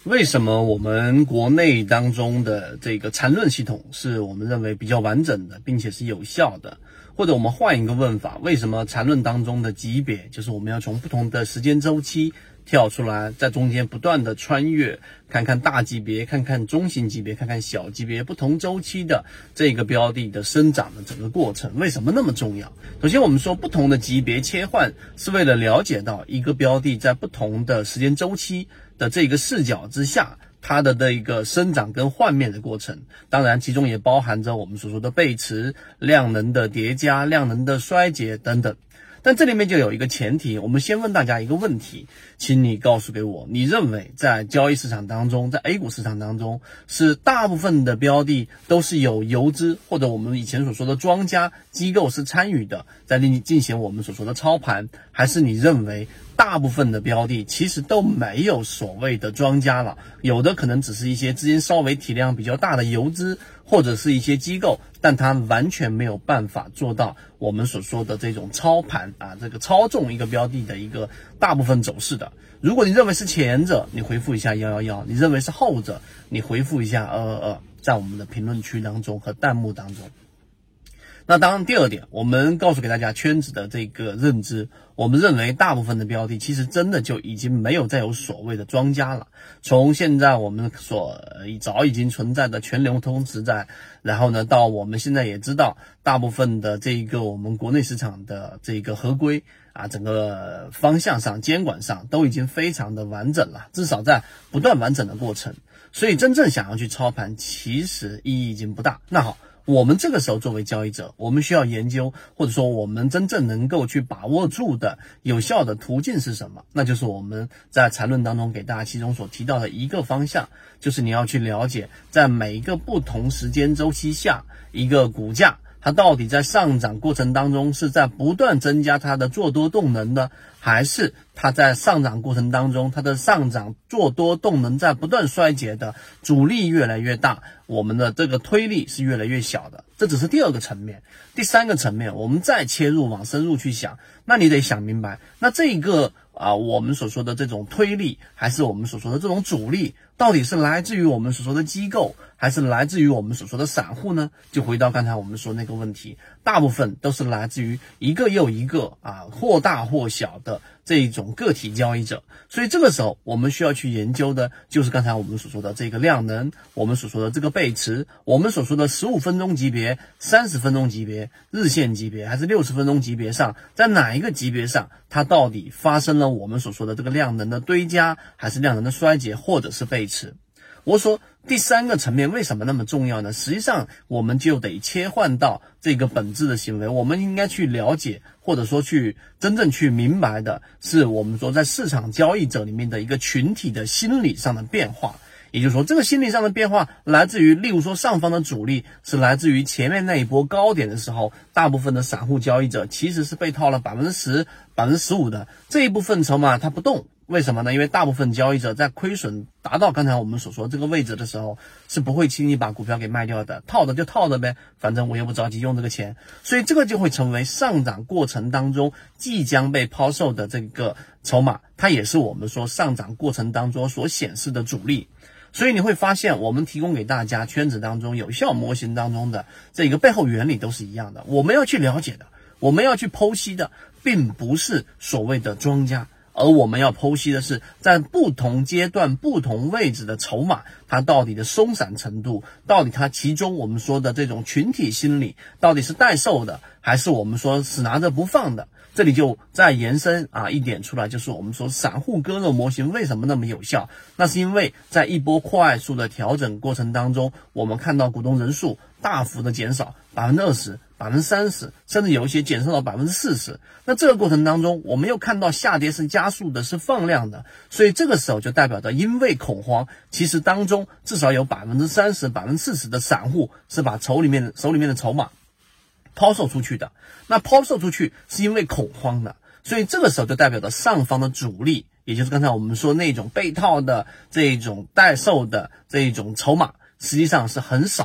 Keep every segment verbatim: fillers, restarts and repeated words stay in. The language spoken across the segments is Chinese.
为什么我们国内当中的这个缠论系统是我们认为比较完整的，并且是有效的？或者我们换一个问法，为什么缠论当中的级别，就是我们要从不同的时间周期跳出来，在中间不断的穿越，看看大级别，看看中型级别，看看小级别，不同周期的这个标的的生长的整个过程，为什么那么重要？首先我们说不同的级别切换是为了了解到一个标的在不同的时间周期的这个视角之下，它的的一个生长跟换面的过程，当然其中也包含着我们所说的背驰、量能的叠加、量能的衰竭等等。但这里面就有一个前提，我们先问大家一个问题，请你告诉给我，你认为在交易市场当中，在 A 股市场当中，是大部分的标的都是有游资或者我们以前所说的庄家机构是参与的，在进行我们所说的操盘，还是你认为大部分的标的其实都没有所谓的庄家了，有的可能只是一些资金稍微体量比较大的游资，或者是一些机构，但它完全没有办法做到我们所说的这种操盘啊，这个操纵一个标的的一个大部分走势的。如果你认为是前者，你回复一下一一一；你认为是后者，你回复一下二二二，在我们的评论区当中和弹幕当中。那当然第二点，我们告诉给大家圈子的这个认知，我们认为大部分的标的其实真的就已经没有再有所谓的庄家了。从现在我们所早已经存在的全流通时代，然后呢到我们现在也知道大部分的这个我们国内市场的这个合规啊，整个方向上监管上都已经非常的完整了，至少在不断完整的过程，所以真正想要去操盘其实意义已经不大。那好，我们这个时候作为交易者，我们需要研究，或者说我们真正能够去把握住的有效的途径是什么？那就是我们在缠论当中给大家其中所提到的一个方向，就是你要去了解在每一个不同时间周期下，一个股价它到底在上涨过程当中是在不断增加它的做多动能的，还是它在上涨过程当中它的上涨做多动能在不断衰竭的，阻力越来越大，我们的这个推力是越来越小的。这只是第二个层面。第三个层面，我们再切入往深入去想，那你得想明白，那这个啊我们所说的这种推力，还是我们所说的这种阻力，到底是来自于我们所说的机构，还是来自于我们所说的散户呢？就回到刚才我们说那个问题，大部分都是来自于一个又一个啊或大或小的这种个体交易者。所以这个时候我们需要去研究的就是刚才我们所说的这个量能，我们所说的这个背驰，我们所说的十五分钟级别、三十分钟级别、日线级别还是六十分钟级别上，在哪一个级别上它到底发生了我们所说的这个量能的堆加，还是量能的衰竭，或者是背驰。我说第三个层面为什么那么重要呢？实际上我们就得切换到这个本质的行为，我们应该去了解，或者说去真正去明白的是我们说在市场交易者里面的一个群体的心理上的变化。也就是说这个心理上的变化来自于，例如说上方的阻力是来自于前面那一波高点的时候，大部分的散户交易者其实是被套了 百分之十、百分之十五 的这一部分筹码它不动。为什么呢？因为大部分交易者在亏损达到刚才我们所说这个位置的时候，是不会轻易把股票给卖掉的，套的就套的呗，反正我也不着急用这个钱。所以这个就会成为上涨过程当中即将被抛售的这个筹码，它也是我们说上涨过程当中所显示的阻力。所以你会发现我们提供给大家圈子当中有效模型当中的这个背后原理都是一样的，我们要去了解的，我们要去剖析的并不是所谓的庄家，而我们要剖析的是在不同阶段不同位置的筹码，它到底的松散程度，到底它其中我们说的这种群体心理到底是待售的，还是我们说死拿着不放的。这里就再延伸啊一点出来，就是我们说散户割肉模型为什么那么有效，那是因为在一波快速的调整过程当中，我们看到股东人数大幅的减少 百分之二十、百分之三十， 甚至有一些减少到 百分之四十。 那这个过程当中我们又看到下跌是加速的，是放量的，所以这个时候就代表着因为恐慌，其实当中至少有 百分之三十、百分之四十 的散户是把手里面手里面的筹码抛售出去的。那抛售出去是因为恐慌的，所以这个时候就代表着上方的主力，也就是刚才我们说那种被套的这种待售的这种筹码实际上是很少的，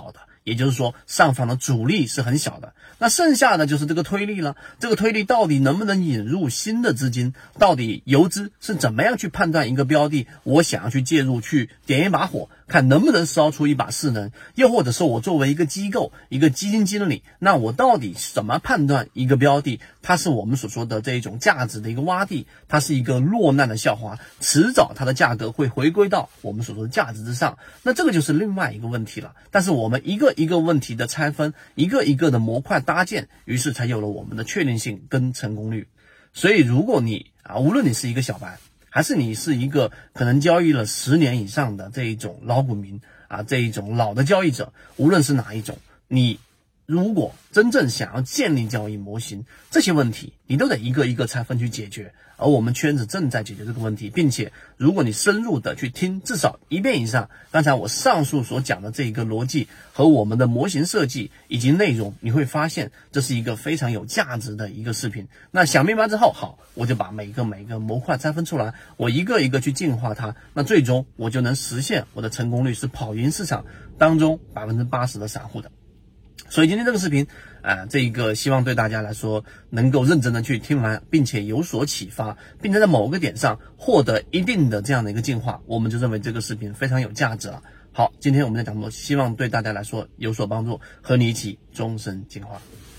也就是说上方的阻力是很小的。那剩下的就是这个推力了，这个推力到底能不能引入新的资金？到底游资是怎么样去判断一个标的，我想要去介入，去点一把火，看能不能烧出一把势能？又或者说我作为一个机构，一个基金经理，那我到底怎么判断一个标的，它是我们所说的这一种价值的一个洼地，它是一个落难的校花，迟早它的价格会回归到我们所说的价值之上。那这个就是另外一个问题了。但是我们一个一个问题的拆分，一个一个的模块搭建，于是才有了我们的确定性跟成功率。所以如果你啊，无论你是一个小白，还是你是一个可能交易了十年以上的这一种老股民啊，这一种老的交易者，无论是哪一种，你如果真正想要建立交易模型，这些问题你都得一个一个拆分去解决。而我们圈子正在解决这个问题，并且如果你深入的去听至少一遍以上刚才我上述所讲的这一个逻辑和我们的模型设计以及内容，你会发现这是一个非常有价值的一个视频。那想明白之后，好，我就把每个每个模块拆分出来，我一个一个去进化它，那最终我就能实现我的成功率是跑赢市场当中 百分之八十 的散户的。所以今天这个视频啊、呃，这一个希望对大家来说能够认真的去听完，并且有所启发，并且在某个点上获得一定的这样的一个进化，我们就认为这个视频非常有价值了。好，今天我们在讲座，希望对大家来说有所帮助，和你一起终身进化。